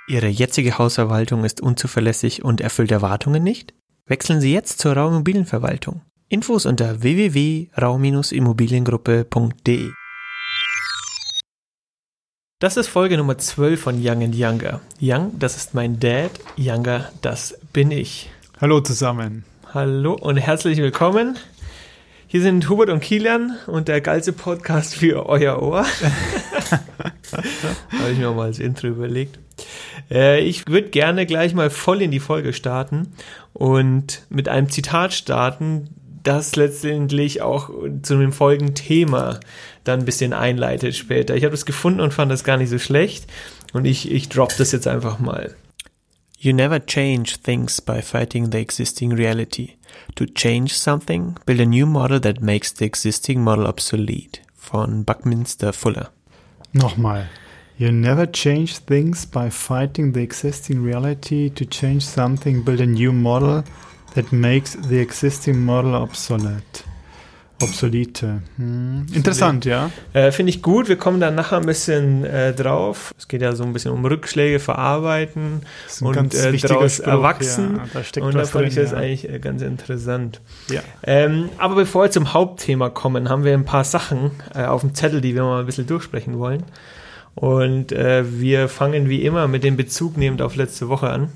Ihre jetzige Hausverwaltung ist unzuverlässig und erfüllt Erwartungen nicht? Wechseln Sie jetzt zur Rau Immobilienverwaltung. Infos unter www.rau-immobiliengruppe.de. Das ist Folge Nummer 12 von Young and Younger. Young, das ist mein Dad. Younger, das bin ich. Hallo zusammen. Hallo und herzlich willkommen. Hier sind Hubert und Kilian und der geilste Podcast für euer Ohr. Habe ich mir mal als Intro überlegt. Ich würde gerne gleich mal voll in die Folge starten und mit einem Zitat starten, das letztendlich auch zu dem folgenden Thema dann ein bisschen einleitet später. Ich habe das gefunden und fand das gar nicht so schlecht und ich drop das jetzt einfach mal. You never change things by fighting the existing reality. To change something, build a new model that makes the existing model obsolete. Von Buckminster Fuller. Nochmal. You never change things by fighting the existing reality. To change something, build a new model that makes the existing model obsolete. Interessant, ja. Finde ich gut. Wir kommen dann nachher ein bisschen drauf. Es geht ja so ein bisschen um Rückschläge verarbeiten und daraus erwachsen. Ja, da und da fand ich das eigentlich ganz interessant. Ja. Aber bevor wir zum Hauptthema kommen, haben wir ein paar Sachen auf dem Zettel, die wir mal ein bisschen durchsprechen wollen. Und wir fangen wie immer mit dem Bezug nehmend auf letzte Woche an.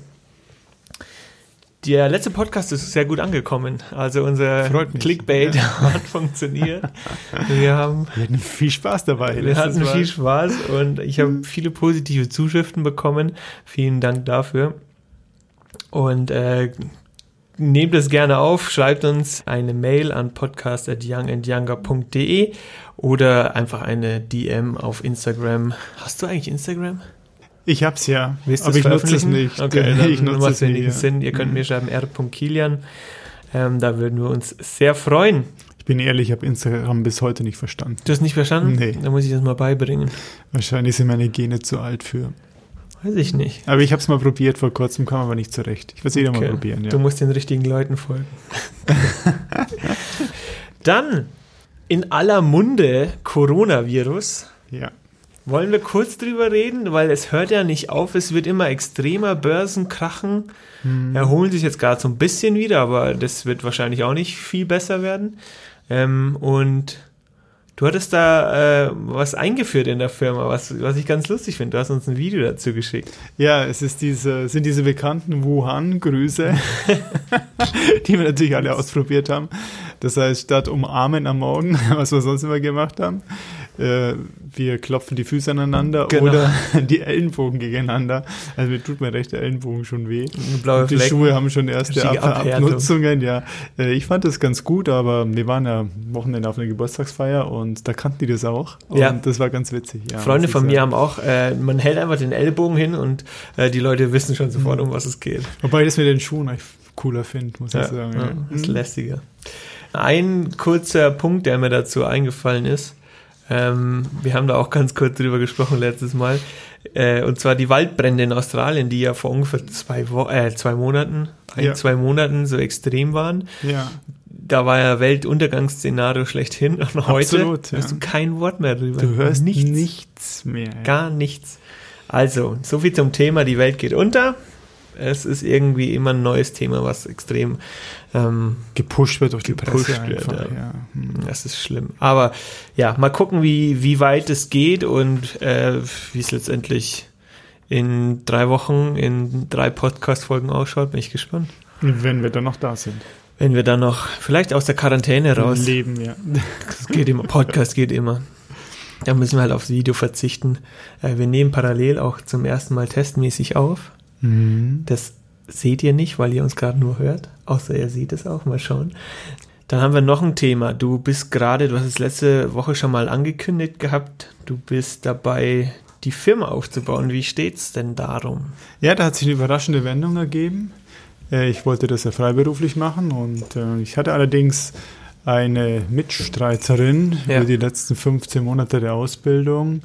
Der letzte Podcast ist sehr gut angekommen. Also unser Clickbait hat funktioniert. Wir hatten viel Spaß dabei. Wir hatten viel Spaß und ich habe viele positive Zuschriften bekommen. Vielen Dank dafür. Und nehmt es gerne auf, schreibt uns eine Mail an podcast@youngandyounger.de oder einfach eine DM auf Instagram. Hast du eigentlich Instagram? Ich hab's ja, aber ich nutze es nicht. Okay, dann ich nutze es nicht. Sinn. Ihr könnt mir schreiben r.kilian. Da würden wir uns sehr freuen. Ich bin ehrlich, ich habe Instagram bis heute nicht verstanden. Du hast nicht verstanden? Nee. Da muss ich das mal beibringen. Wahrscheinlich sind meine Gene zu alt für. Weiß ich nicht. Aber ich habe es mal probiert vor kurzem, kam aber nicht zurecht. Ich werde es wieder mal probieren. Ja. Du musst den richtigen Leuten folgen. Dann in aller Munde Coronavirus. Ja. Wollen wir kurz drüber reden, weil es hört ja nicht auf, es wird immer extremer, Börsen krachen, erholen sich jetzt gerade so ein bisschen wieder, aber das wird wahrscheinlich auch nicht viel besser werden. Und du hattest da was eingeführt in der Firma, was ich ganz lustig finde. Du hast uns ein Video dazu geschickt. Ja, es ist sind diese bekannten Wuhan-Grüße, die wir natürlich alle ausprobiert haben. Das heißt, statt umarmen am Morgen, was wir sonst immer gemacht haben, wir klopfen die Füße aneinander oder die Ellenbogen gegeneinander. Also mir tut mein rechter Ellenbogen schon weh. Blaue die Flecken, Schuhe haben schon erste Abnutzungen. Ja. Ich fand das ganz gut, aber wir waren ja Wochenende auf einer Geburtstagsfeier und da kannten die das auch. Und das war ganz witzig. Ja, Freunde von mir haben auch, man hält einfach den Ellbogen hin und die Leute wissen schon sofort, um was es geht. Wobei ich das mit den Schuhen eigentlich cooler finde, muss ich sagen. Ja, das ist lästiger. Ein kurzer Punkt, der mir dazu eingefallen ist, wir haben da auch ganz kurz drüber gesprochen letztes Mal, und zwar die Waldbrände in Australien, die ja vor ungefähr 2 Monaten so extrem waren. Ja. Da war ja Weltuntergangsszenario schlechthin und heute hörst du kein Wort mehr drüber. Du hörst nichts mehr. Ja. Gar nichts. Also, so viel zum Thema, die Welt geht unter. Es ist irgendwie immer ein neues Thema, was extrem gepusht wird durch die Presse einfach. Ja. Das ist schlimm. Aber ja, mal gucken, wie weit es geht und wie es letztendlich in 3 Wochen, in 3 Podcast-Folgen ausschaut. Bin ich gespannt. Wenn wir dann noch da sind. Wenn wir dann noch vielleicht aus der Quarantäne raus. Leben, ja. Das geht immer. Podcast geht immer. Da müssen wir halt aufs Video verzichten. Wir nehmen parallel auch zum ersten Mal testmäßig auf. Das seht ihr nicht, weil ihr uns gerade nur hört, außer ihr seht es auch, mal schauen. Dann haben wir noch ein Thema. Du hast es letzte Woche schon mal angekündigt gehabt, du bist dabei, die Firma aufzubauen. Wie steht's denn darum? Ja, da hat sich eine überraschende Wendung ergeben. Ich wollte das ja freiberuflich machen und ich hatte allerdings eine Mitstreiterin über die letzten 15 Monate der Ausbildung,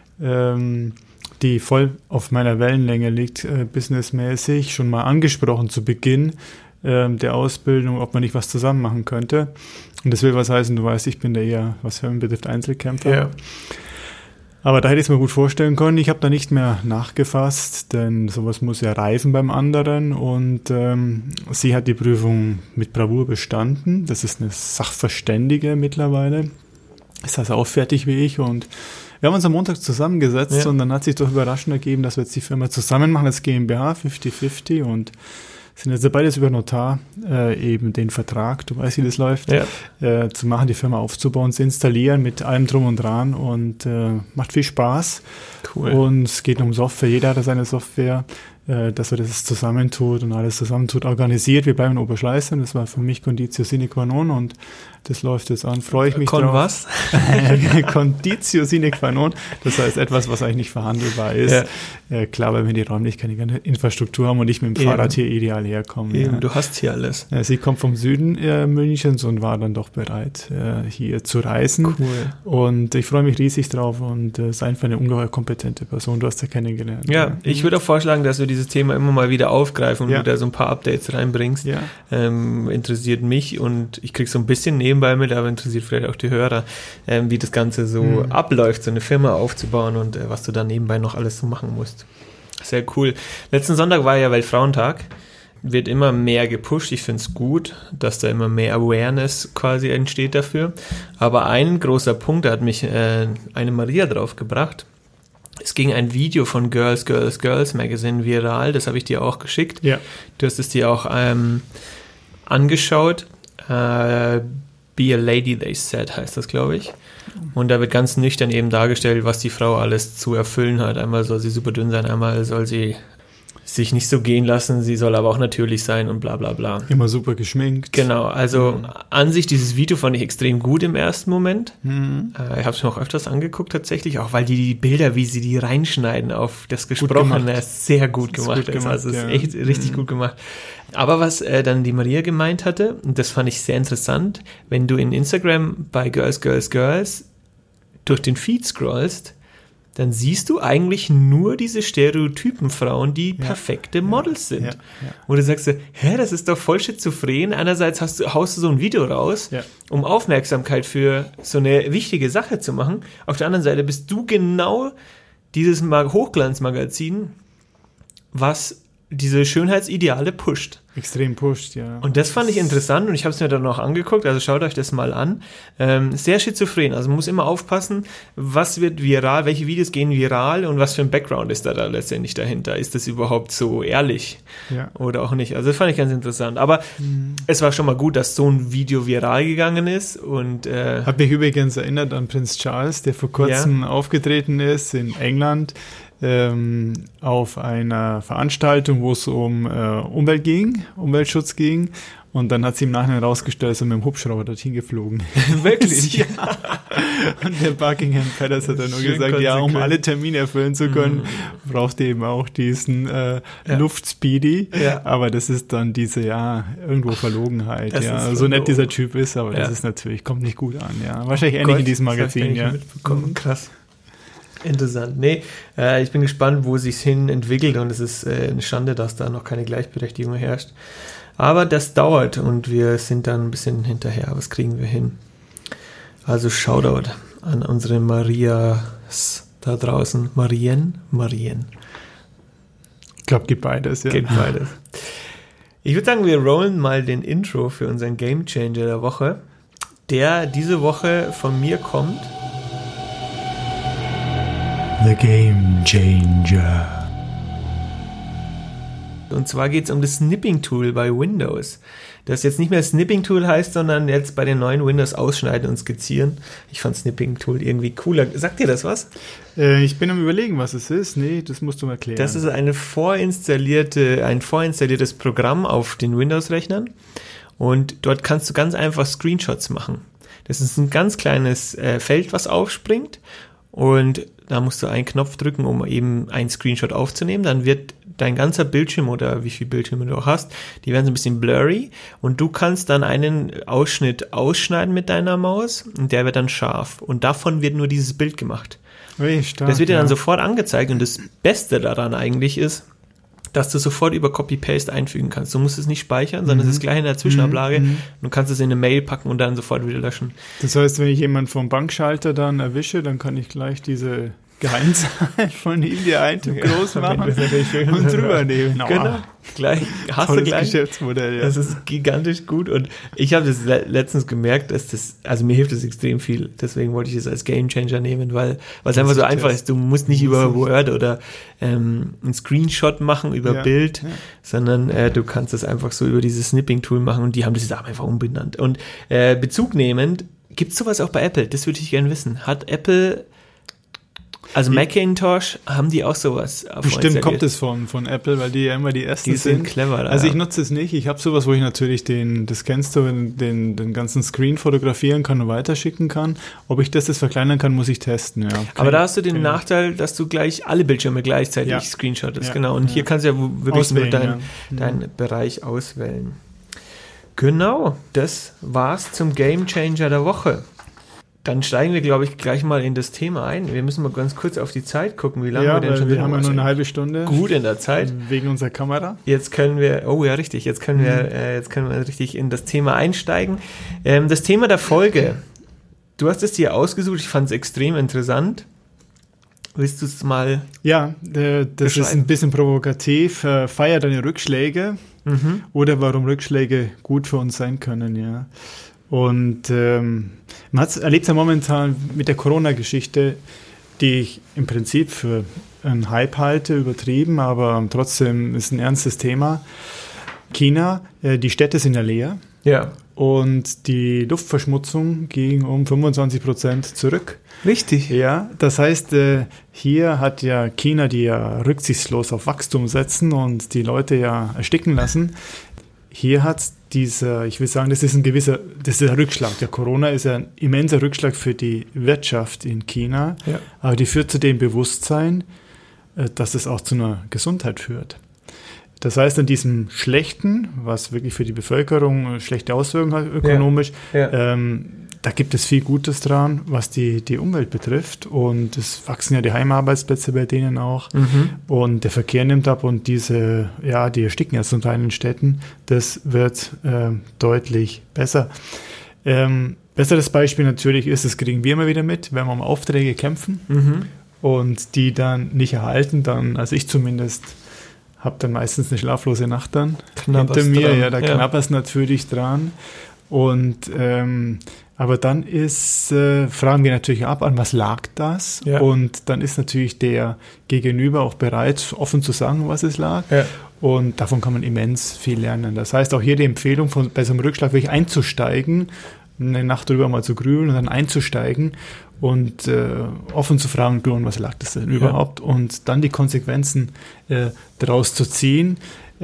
die voll auf meiner Wellenlänge liegt, businessmäßig, schon mal angesprochen zu Beginn der Ausbildung, ob man nicht was zusammen machen könnte. Und das will was heißen, du weißt, ich bin da eher, was Firmen betrifft, Einzelkämpfer. Ja. Aber da hätte ich es mir gut vorstellen können. Ich habe da nicht mehr nachgefasst, denn sowas muss ja reifen beim anderen. Und sie hat die Prüfung mit Bravour bestanden. Das ist eine Sachverständige mittlerweile. Ist also auch fertig wie ich. Und wir haben uns am Montag zusammengesetzt und dann hat sich doch überraschend ergeben, dass wir jetzt die Firma zusammen machen als GmbH, 50-50 und sind jetzt beides über Notar, eben den Vertrag, du weißt, wie das läuft, zu machen, die Firma aufzubauen, zu installieren mit allem drum und dran und macht viel Spaß. Cool. Und es geht um Software, jeder hat seine Software, dass er das zusammentut und alles zusammentut, organisiert. Wir bleiben in Oberschleißheim, das war für mich Conditio sine qua non und das läuft jetzt an, freue ich mich drauf. Was? Conditio sine qua non, das heißt etwas, was eigentlich nicht verhandelbar ist. Ja. Klar, weil wir die Räumlichkeit, die Infrastruktur haben und ich mit dem Fahrrad hier ideal herkomme. Eben, du hast hier alles. Sie kommt vom Süden Münchens und war dann doch bereit, hier zu reisen. Cool. Und ich freue mich riesig drauf und ist einfach eine ungeheuer kompetente Person, du hast ja kennengelernt. Ja, ich würde auch vorschlagen, dass wir dieses Thema immer mal wieder aufgreifen und du da so ein paar Updates reinbringst. Ja. Interessiert mich und ich kriege so ein bisschen nebenbei mit, aber interessiert vielleicht auch die Hörer, wie das Ganze so abläuft, so eine Firma aufzubauen und was du da nebenbei noch alles so machen musst. Sehr cool. Letzten Sonntag war ja Weltfrauentag. Wird immer mehr gepusht. Ich finde es gut, dass da immer mehr Awareness quasi entsteht dafür. Aber ein großer Punkt, da hat mich eine Maria drauf gebracht. Es ging ein Video von Girls, Girls, Girls Magazine viral, das habe ich dir auch geschickt. Ja. Du hast es dir auch angeschaut. Be a Lady, They Said, heißt das, glaube ich. Und da wird ganz nüchtern eben dargestellt, was die Frau alles zu erfüllen hat. Einmal soll sie super dünn sein, einmal soll sie sich nicht so gehen lassen, sie soll aber auch natürlich sein und bla bla bla. Immer super geschminkt. Genau, also an sich dieses Video fand ich extrem gut im ersten Moment. Ich habe es mir auch öfters angeguckt tatsächlich, auch weil die Bilder, wie sie die reinschneiden auf das Gesprochene, sehr gut gemacht ist. Also es ist echt richtig gut gemacht. Aber was dann die Maria gemeint hatte, und das fand ich sehr interessant, wenn du in Instagram bei Girls, Girls, Girls durch den Feed scrollst, dann siehst du eigentlich nur diese stereotypen Frauen, die perfekte Models sind. Ja. Wo du sagst, das ist doch voll schizophren. Einerseits haust du so ein Video raus, um Aufmerksamkeit für so eine wichtige Sache zu machen. Auf der anderen Seite bist du genau dieses Hochglanzmagazin, was diese Schönheitsideale pusht. Extrem pusht, ja. Und das fand ich interessant und ich habe es mir dann noch angeguckt, also schaut euch das mal an. Sehr schizophren, also man muss immer aufpassen, was wird viral, welche Videos gehen viral und was für ein Background ist da letztendlich dahinter. Ist das überhaupt so ehrlich oder auch nicht? Also das fand ich ganz interessant. Aber es war schon mal gut, dass so ein Video viral gegangen ist. Und hat mich übrigens erinnert an Prinz Charles, der vor kurzem aufgetreten ist in England. Auf einer Veranstaltung, wo es um Umweltschutz ging. Und dann hat sie im Nachhinein rausgestellt, dass er mit dem Hubschrauber dorthin geflogen. Wirklich? Ja. Und der Buckingham Palace hat dann nur gesagt, ja, um alle Termine erfüllen zu können, braucht ihr eben auch diesen Luftspeedy. Ja. Aber das ist dann diese, irgendwo Verlogenheit. So nett dieser Typ ist, aber das ist natürlich, kommt nicht gut an. Ja. Wahrscheinlich ähnlich in diesem Magazin. Krass. Interessant. Nee, ich bin gespannt, wo es sich hin entwickelt und es ist eine Schande, dass da noch keine Gleichberechtigung herrscht. Aber das dauert und wir sind dann ein bisschen hinterher. Was kriegen wir hin? Also Shoutout an unsere Marias da draußen. Marien. Ich glaube, geht beides, ja. Geht beides. Ich würde sagen, wir rollen mal den Intro für unseren Game Changer der Woche, der diese Woche von mir kommt. The Game Changer. Und zwar geht es um das Snipping-Tool bei Windows. Das jetzt nicht mehr Snipping-Tool heißt, sondern jetzt bei den neuen Windows ausschneiden und skizzieren. Ich fand Snipping-Tool irgendwie cooler. Sagt dir das was? Ich bin am Überlegen, was es ist. Nee, das musst du mal erklären. Das ist ein vorinstalliertes Programm auf den Windows-Rechnern. Und dort kannst du ganz einfach Screenshots machen. Das ist ein ganz kleines Feld, was aufspringt. Und da musst du einen Knopf drücken, um eben einen Screenshot aufzunehmen. Dann wird dein ganzer Bildschirm oder wie viele Bildschirme du auch hast, die werden so ein bisschen blurry und du kannst dann einen Ausschnitt ausschneiden mit deiner Maus und der wird dann scharf. Und davon wird nur dieses Bild gemacht. Stark, das wird dir dann sofort angezeigt und das Beste daran eigentlich ist, dass du sofort über Copy-Paste einfügen kannst. Du musst es nicht speichern, sondern es ist gleich in der Zwischenablage. Du kannst es in eine Mail packen und dann sofort wieder löschen. Das heißt, wenn ich jemanden vom Bankschalter dann erwische, dann kann ich gleich diese Geheimzahl von ihm, die Item groß machen und drüber nehmen. Oh. Genau, gleich, hast du gleich. Geschäftsmodell, ja. Das ist gigantisch gut und ich habe das letztens gemerkt, dass also mir hilft das extrem viel, deswegen wollte ich das als Gamechanger nehmen, weil es einfach so einfach ist, du musst nicht über Word oder einen Screenshot machen über Bild, sondern du kannst das einfach so über dieses Snipping-Tool machen und die haben das jetzt einfach umbenannt. Und bezugnehmend, gibt es sowas auch bei Apple? Das würde ich gerne wissen. Hat Apple... Also Macintosh, haben die auch sowas? Bestimmt kommt es von Apple, weil die ja immer die ersten die sind. Clever. Da, also ich nutze es nicht. Ich habe sowas, wo ich natürlich das kennst du, den ganzen Screen fotografieren kann und weiterschicken kann. Ob ich das verkleinern kann, muss ich testen. Ja. Aber da hast du den Nachteil, dass du gleich alle Bildschirme gleichzeitig screenshottest. Genau. Und hier kannst du ja wirklich nur deinen Bereich auswählen. Genau, das war's zum Gamechanger der Woche. Dann steigen wir, glaube ich, gleich mal in das Thema ein. Wir müssen mal ganz kurz auf die Zeit gucken, wie lange wir denn schon wir haben ja nur eine halbe Stunde. Gut in der Zeit. Wegen unserer Kamera. Jetzt können wir, jetzt können wir richtig in das Thema einsteigen. Das Thema der Folge. Du hast es dir ausgesucht, ich fand es extrem interessant. Willst du es mal das ist ein bisschen provokativ. Feier deine Rückschläge oder warum Rückschläge gut für uns sein können, ja. Und man erlebt es ja momentan mit der Corona-Geschichte, die ich im Prinzip für einen Hype halte, übertrieben, aber trotzdem ist ein ernstes Thema. China, die Städte sind ja leer. Ja. Und die Luftverschmutzung ging um 25% zurück. Richtig. Ja, das heißt, hier hat ja China, die ja rücksichtslos auf Wachstum setzen und die Leute ja ersticken lassen. Hier hat ich will sagen, das ist ein Rückschlag. Der Corona ist ein immenser Rückschlag für die Wirtschaft in China, aber die führt zu dem Bewusstsein, dass es auch zu einer Gesundheit führt. Das heißt, an diesem Schlechten, was wirklich für die Bevölkerung schlechte Auswirkungen hat, ökonomisch, da gibt es viel Gutes dran, was die Umwelt betrifft. Und es wachsen ja die Heimarbeitsplätze bei denen auch. Und der Verkehr nimmt ab und die ersticken ja zum Teil in den Städten. Das wird deutlich besser. Besseres Beispiel natürlich ist, das kriegen wir immer wieder mit, wenn wir um Aufträge kämpfen und die dann nicht erhalten, dann, also ich zumindest, habe dann meistens eine schlaflose Nacht dann hinter mir. Da knapperst natürlich dran. Und aber dann fragen wir natürlich ab, an was lag das? Ja. Und dann ist natürlich der Gegenüber auch bereit, offen zu sagen, was es lag. Ja. Und davon kann man immens viel lernen. Das heißt, auch hier die Empfehlung, bei so einem Rückschlag wirklich einzusteigen, eine Nacht drüber mal zu grübeln und dann einzusteigen und offen zu fragen, du, und was lag das denn überhaupt? Und dann die Konsequenzen daraus zu ziehen.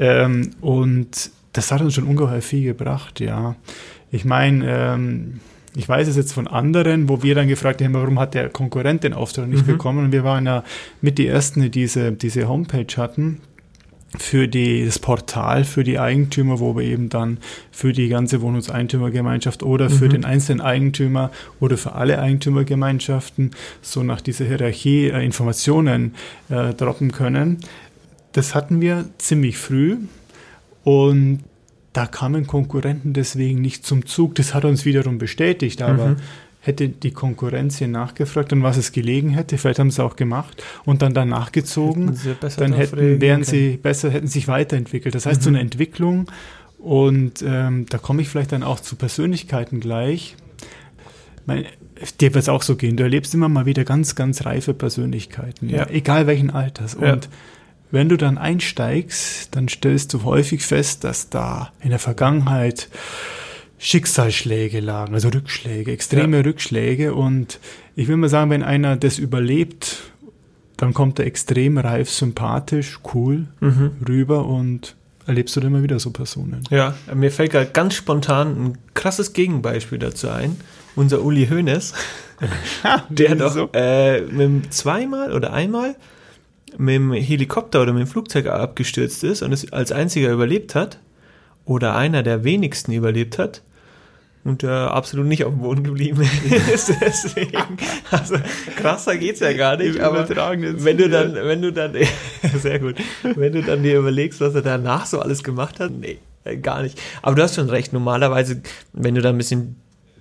Und das hat uns schon ungeheuer viel gebracht, ja. Ich meine, ich weiß es jetzt von anderen, wo wir dann gefragt haben, warum hat der Konkurrent den Auftrag nicht bekommen? Und wir waren ja mit die Ersten, die diese Homepage hatten für das Portal, für die Eigentümer, wo wir eben dann für die ganze Wohnungseigentümergemeinschaft oder für den einzelnen Eigentümer oder für alle Eigentümergemeinschaften so nach dieser Hierarchie Informationen droppen können. Das hatten wir ziemlich früh und da kamen Konkurrenten deswegen nicht zum Zug. Das hat uns wiederum bestätigt, aber hätte die Konkurrenz hier nachgefragt, an was es gelegen hätte, vielleicht haben sie es auch gemacht und dann danach gezogen, dann hätten sich weiterentwickelt. Das heißt, so eine Entwicklung und da komme ich vielleicht dann auch zu Persönlichkeiten gleich. Dir wird es auch so gehen. Du erlebst immer mal wieder ganz, ganz reife Persönlichkeiten, egal welchen Alters. Und wenn du dann einsteigst, dann stellst du häufig fest, dass da in der Vergangenheit Schicksalsschläge lagen, also Rückschläge, extreme Rückschläge. Und ich will mal sagen, wenn einer das überlebt, dann kommt er extrem reif, sympathisch, cool rüber und erlebst du dann immer wieder so Personen. Ja, mir fällt gerade ganz spontan ein krasses Gegenbeispiel dazu ein. Unser Uli Hoeneß, der doch zweimal oder einmal mit dem Helikopter oder mit dem Flugzeug abgestürzt ist und es als einziger überlebt hat oder einer der wenigsten überlebt hat und der absolut nicht auf dem Boden geblieben ist. Deswegen, also krasser geht's ja gar nicht, aber wenn du dann sehr gut, wenn du dann dir überlegst, was er danach so alles gemacht hat, nee, gar nicht. Aber du hast schon recht, normalerweise, wenn du da ein bisschen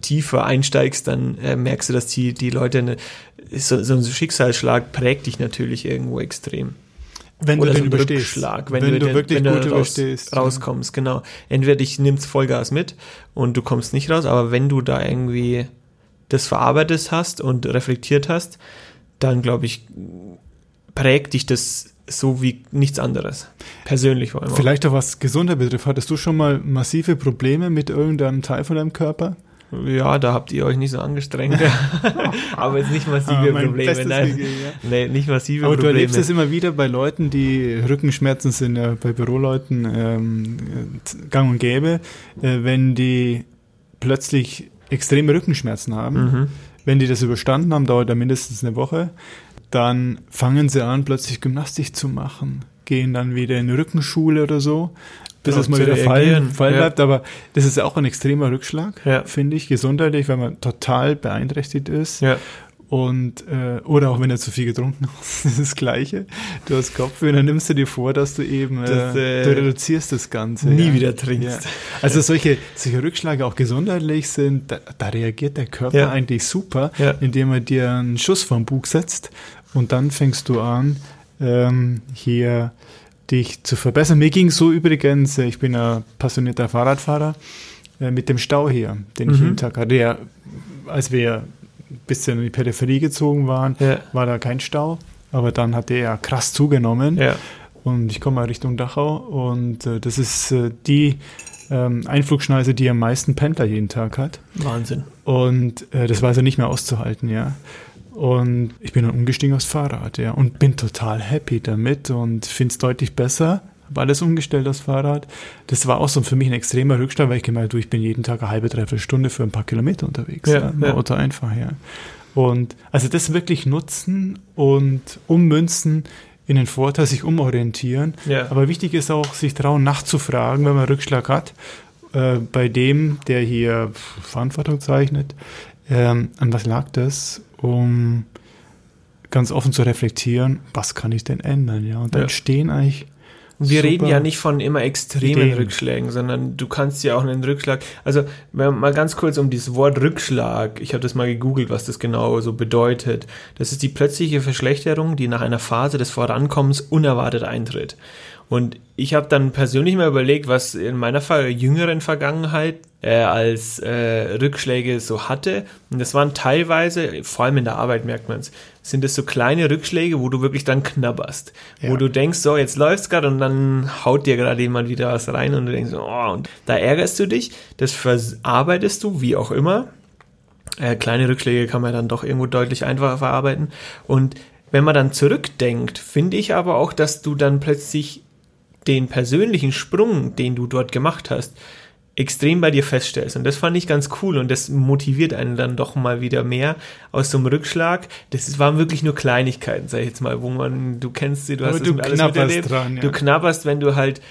tiefer einsteigst, dann merkst du, dass die Leute, so ein Schicksalsschlag prägt dich natürlich irgendwo extrem. Wenn Oder du so den überstehst. Rückschlag, wenn du wirklich gut überstehst. Rauskommst, genau. Entweder dich nimmst Vollgas mit und du kommst nicht raus, aber wenn du da irgendwie das verarbeitet hast und reflektiert hast, dann glaube ich, prägt dich das so wie nichts anderes. Persönlich vor allem. Vielleicht auch was Gesundheit betrifft. Hattest du schon mal massive Probleme mit irgendeinem Teil von deinem Körper? Ja, da habt ihr euch nicht so angestrengt. Aber jetzt nicht massive Probleme. Nein. Nee, nicht massive Aber Probleme. Du erlebst es immer wieder bei Leuten, die Rückenschmerzen sind, ja bei Büroleuten gang und gäbe, wenn die plötzlich extreme Rückenschmerzen haben. Wenn die das überstanden haben, dauert ja mindestens eine Woche, dann fangen sie an, plötzlich Gymnastik zu machen, gehen dann wieder in eine Rückenschule oder so, bis es mal wieder fallen bleibt. Aber das ist auch ein extremer Rückschlag, finde ich, gesundheitlich, weil man total beeinträchtigt ist. Ja. Und, oder auch wenn er zu viel getrunken hat, das ist das Gleiche. Du hast Kopfweh, dann nimmst du dir vor, dass du eben, du reduzierst das Ganze. Nie wieder trinkst. Ja. Also solche Rückschläge auch gesundheitlich sind, da reagiert der Körper eigentlich super, indem er dir einen Schuss vom Bug setzt und dann fängst du an, hier dich zu verbessern. Mir ging es so übrigens, ich bin ein passionierter Fahrradfahrer, mit dem Stau hier, den ich jeden Tag hatte. Ja, als wir ein bisschen in die Peripherie gezogen waren, war da kein Stau, aber dann hat der krass zugenommen und ich komme mal Richtung Dachau und das ist die Einflugschneise, die am meisten Pendler jeden Tag hat. Wahnsinn. Und das war also nicht mehr auszuhalten, ja. Und ich bin dann umgestiegen aufs Fahrrad, und bin total happy damit und finde es deutlich besser. Habe alles umgestellt aufs Fahrrad. Das war auch so für mich ein extremer Rückschlag, weil ich gemeint habe, ich bin jeden Tag eine halbe, dreiviertel Stunde für ein paar Kilometer unterwegs. Mit dem Auto einfach, Und also das wirklich nutzen und ummünzen in den Vorteil, sich umorientieren. Ja. Aber wichtig ist auch, sich trauen, nachzufragen, wenn man einen Rückschlag hat, bei dem, der hier Verantwortung zeichnet, an was lag das, um ganz offen zu reflektieren, was kann ich denn ändern, Und dann stehen eigentlich wir reden ja nicht von immer extremen Rückschlägen, sondern du kannst ja auch einen Rückschlag, also mal ganz kurz um dieses Wort Rückschlag, ich habe das mal gegoogelt, was das genau so bedeutet. Das ist die plötzliche Verschlechterung, die nach einer Phase des Vorankommens unerwartet eintritt. Und ich habe dann persönlich mal überlegt, was in meiner jüngeren Vergangenheit als Rückschläge so hatte. Und das waren teilweise, vor allem in der Arbeit merkt man es, sind es so kleine Rückschläge, wo du wirklich dann knabberst. Wo du denkst, so, jetzt läuft's gerade und dann haut dir gerade jemand wieder was rein und du denkst, oh, und da ärgerst du dich, das verarbeitest du, wie auch immer. Kleine Rückschläge kann man dann doch irgendwo deutlich einfacher verarbeiten. Und wenn man dann zurückdenkt, finde ich aber auch, dass du dann plötzlich den persönlichen Sprung, den du dort gemacht hast, extrem bei dir feststellst. Und das fand ich ganz cool und das motiviert einen dann doch mal wieder mehr aus so einem Rückschlag. Das waren wirklich nur Kleinigkeiten, sag ich jetzt mal, wo du kennst sie, du hast das alles miterlebt. Du knabberst, wenn du halt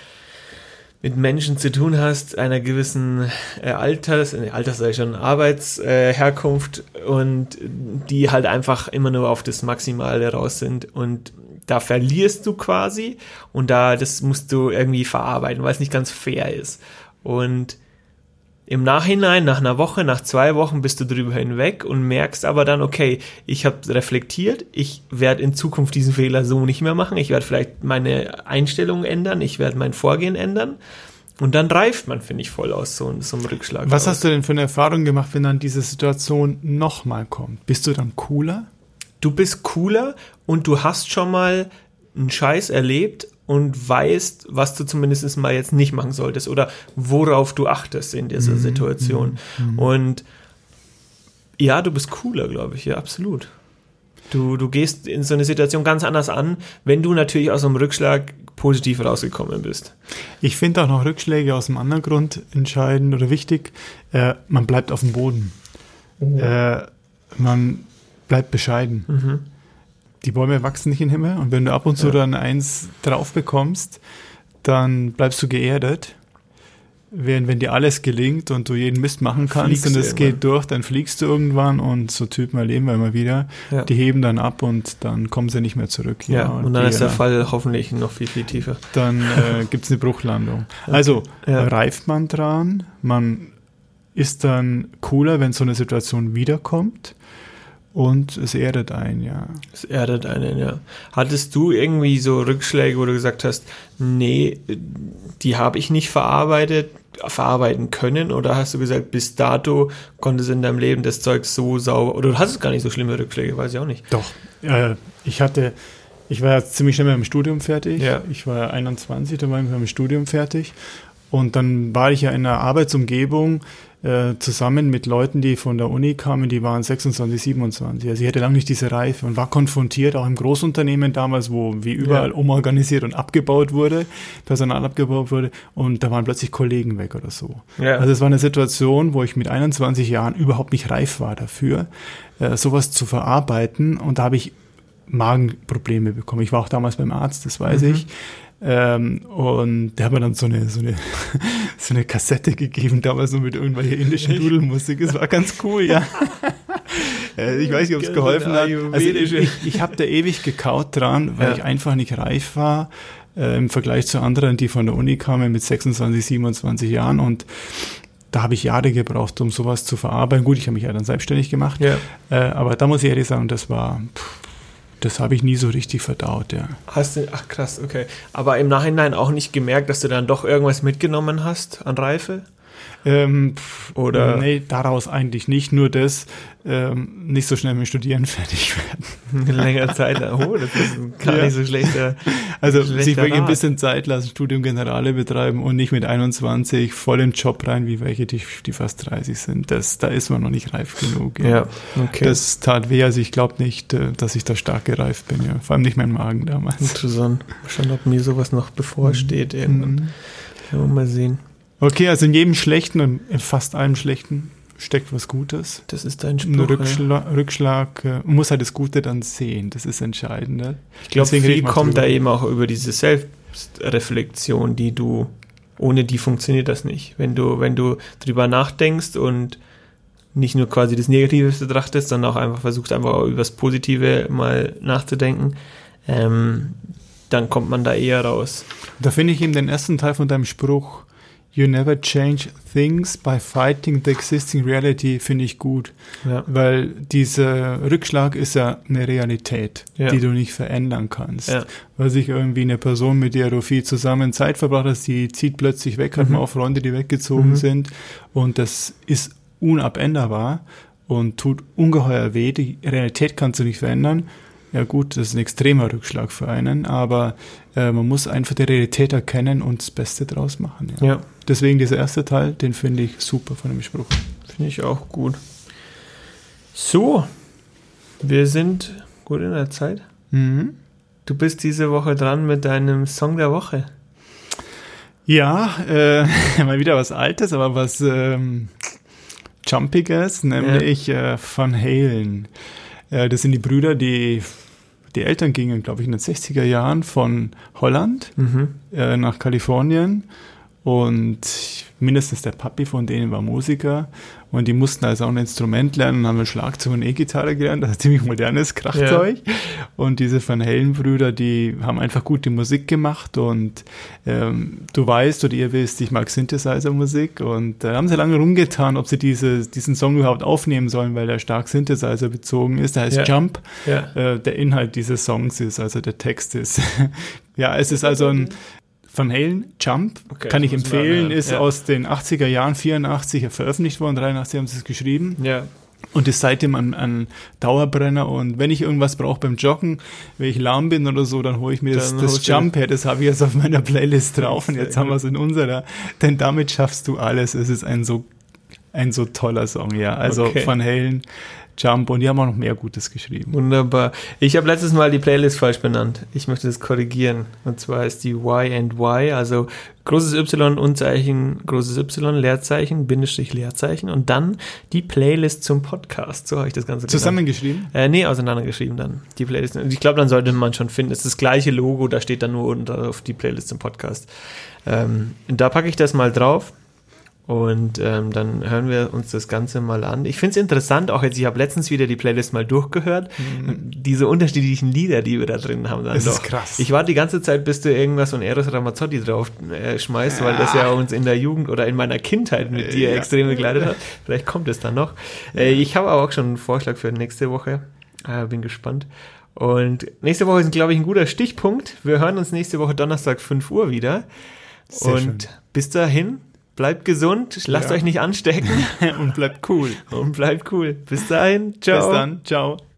mit Menschen zu tun hast, einer gewissen Arbeitsherkunft und die halt einfach immer nur auf das Maximale raus sind und da verlierst du quasi und das musst du irgendwie verarbeiten, weil es nicht ganz fair ist. Und im Nachhinein, nach einer Woche, nach 2 Wochen bist du drüber hinweg und merkst aber dann, okay, ich habe reflektiert, ich werde in Zukunft diesen Fehler so nicht mehr machen, ich werde vielleicht meine Einstellung ändern, ich werde mein Vorgehen ändern und dann reift man, finde ich, voll aus so einem Rückschlag. Was hast du denn für eine Erfahrung gemacht, wenn dann diese Situation nochmal kommt? Bist du dann cooler? Du bist cooler und du hast schon mal einen Scheiß erlebt und weißt, was du zumindest mal jetzt nicht machen solltest oder worauf du achtest in dieser Situation. Und ja, du bist cooler, glaube ich, ja, absolut. Du gehst in so eine Situation ganz anders an, wenn du natürlich aus einem Rückschlag positiv rausgekommen bist. Ich finde auch noch Rückschläge aus einem anderen Grund entscheidend oder wichtig. Man bleibt auf dem Boden. Man bleibt bescheiden. Die Bäume wachsen nicht in den Himmel und wenn du ab und zu dann eins drauf bekommst, dann bleibst du geerdet. Während wenn dir alles gelingt und du jeden Mist machen kannst und es geht durch, dann fliegst du irgendwann und so Typen erleben wir immer wieder. Ja. Die heben dann ab und dann kommen sie nicht mehr zurück. Ja, und dann ist der Fall hoffentlich noch viel, viel tiefer. Dann gibt es eine Bruchlandung. Okay. Also reift man dran, man ist dann cooler, wenn so eine Situation wiederkommt. Und es erdet einen, ja. Es erdet einen, ja. Hattest du irgendwie so Rückschläge, wo du gesagt hast, nee, die habe ich nicht verarbeiten können? Oder hast du gesagt, bis dato konntest du in deinem Leben das Zeug so sauber, oder du hattest gar nicht so schlimme Rückschläge, weiß ich auch nicht. Doch, ich war ja ziemlich schnell mit dem Studium fertig. Ja. Ich war ja 21, da war ich mit meinem Studium fertig. Und dann war ich ja in einer Arbeitsumgebung zusammen mit Leuten, die von der Uni kamen, die waren 26, 27. Also ich hatte lange nicht diese Reife und war konfrontiert, auch im Großunternehmen damals, wo wie überall umorganisiert und abgebaut wurde, Personal abgebaut wurde und da waren plötzlich Kollegen weg oder so. Ja. Also es war eine Situation, wo ich mit 21 Jahren überhaupt nicht reif war dafür, sowas zu verarbeiten und da habe ich Magenprobleme bekommen. Ich war auch damals beim Arzt, das weiß ich. Und der hat mir dann so eine Kassette gegeben, damals so mit irgendwelcher indischen Dudelmusik. Es war ganz cool, ja. Ich weiß nicht, ob es geholfen hat. Also ich habe da ewig gekaut dran, weil ich einfach nicht reif war im Vergleich zu anderen, die von der Uni kamen mit 26, 27 Jahren und da habe ich Jahre gebraucht, um sowas zu verarbeiten. Gut, ich habe mich ja dann selbstständig gemacht, aber da muss ich ehrlich sagen, das habe ich nie so richtig verdaut, ja. Ach krass, okay. Aber im Nachhinein auch nicht gemerkt, dass du dann doch irgendwas mitgenommen hast an Reife? Oder? Nee, daraus eigentlich nicht. Nur das, nicht so schnell mit Studieren fertig werden. In längerer Zeit. Oh, das ist gar nicht so schlechter. Also sich wirklich ein bisschen Zeit lassen, Studium Generale betreiben und nicht mit 21 voll in den Job rein, wie welche, die fast 30 sind. Da ist man noch nicht reif genug. Ja, okay. Das tat weh. Also ich glaube nicht, dass ich da stark gereift bin. Ja. Vor allem nicht mein Magen damals. Interessant. Schon, ob mir sowas noch bevorsteht. Irgendwann. Mal sehen. Okay, also in jedem Schlechten und in fast allem Schlechten steckt was Gutes. Das ist dein Spruch. Ein Rückschlag, man muss halt das Gute dann sehen, das ist entscheidend. Ich glaube, viel kommt da eben auch über diese Selbstreflexion, ohne die funktioniert das nicht. Wenn du drüber nachdenkst und nicht nur quasi das Negative betrachtest, sondern auch einfach versuchst, einfach über das Positive mal nachzudenken, dann kommt man da eher raus. Da finde ich eben den ersten Teil von deinem Spruch, You never change things by fighting the existing reality, finde ich gut. Ja. Weil dieser Rückschlag ist ja eine Realität, die du nicht verändern kannst. Ja. Weil sich irgendwie eine Person, mit der du viel zusammen Zeit verbracht hast, die zieht plötzlich weg, hat man auch Freunde, die weggezogen sind. Und das ist unabänderbar und tut ungeheuer weh. Die Realität kannst du nicht verändern. Ja gut, das ist ein extremer Rückschlag für einen, aber man muss einfach die Realität erkennen und das Beste draus machen. Ja. Deswegen dieser erste Teil, den finde ich super von dem Spruch. Finde ich auch gut. So, wir sind gut in der Zeit. Mhm. Du bist diese Woche dran mit deinem Song der Woche. Ja, mal wieder was Altes, aber was Jumpiges, nämlich Van Halen. Das sind die Brüder, die Eltern gingen, glaube ich, in den 60er Jahren von Holland nach Kalifornien und mindestens der Papi von denen war Musiker und die mussten also auch ein Instrument lernen und haben Schlagzeug und E-Gitarre gelernt, das ist ziemlich modernes Kraftzeug und diese Van Halen-Brüder, die haben einfach gute Musik gemacht und du weißt oder ihr wisst, ich mag Synthesizer-Musik und da haben sie lange rumgetan, ob sie diesen Song überhaupt aufnehmen sollen, weil der stark Synthesizer bezogen ist, der heißt Jump, der Inhalt dieses Songs ist, also der Text ist, es ist also ein Van Halen, Jump, kann ich empfehlen, ist aus den 80er Jahren, 84 veröffentlicht worden, 83 haben sie es geschrieben. Ja. Und ist seitdem ein Dauerbrenner und wenn ich irgendwas brauche beim Joggen, wenn ich lahm bin oder so, dann hole ich mir das Jump her, das habe ich jetzt auf meiner Playlist drauf und jetzt haben wir es in unserer, denn damit schaffst du alles, es ist ein so toller Song, also Van Halen, Jump und die haben auch noch mehr Gutes geschrieben. Wunderbar. Ich habe letztes Mal die Playlist falsch benannt. Ich möchte das korrigieren. Und zwar ist die Y&Y, also großes Y, Unzeichen, großes Y, Leerzeichen, Bindestrich, Leerzeichen und dann die Playlist zum Podcast. So habe ich das Ganze zusammengeschrieben? Nee, auseinandergeschrieben dann. Die Playlist. Und ich glaube, dann sollte man schon finden, es ist das gleiche Logo, da steht dann nur unten drauf die Playlist zum Podcast. Da packe ich das mal drauf. Und dann hören wir uns das Ganze mal an. Ich finde es interessant, auch jetzt, ich habe letztens wieder die Playlist mal durchgehört, diese unterschiedlichen Lieder, die wir da drin haben. Das ist krass. Ich warte die ganze Zeit, bis du irgendwas von Eros Ramazzotti drauf schmeißt, weil das ja uns in der Jugend oder in meiner Kindheit mit dir extrem begleitet hat. Vielleicht kommt es dann noch. Ich habe aber auch schon einen Vorschlag für nächste Woche. Bin gespannt. Und nächste Woche ist, glaube ich, ein guter Stichpunkt. Wir hören uns nächste Woche Donnerstag 5 Uhr wieder. Sehr schön. Bis dahin, bleibt gesund, lasst euch nicht anstecken. Und bleibt cool. Und bleibt cool. Bis dahin, ciao. Bis dann, ciao.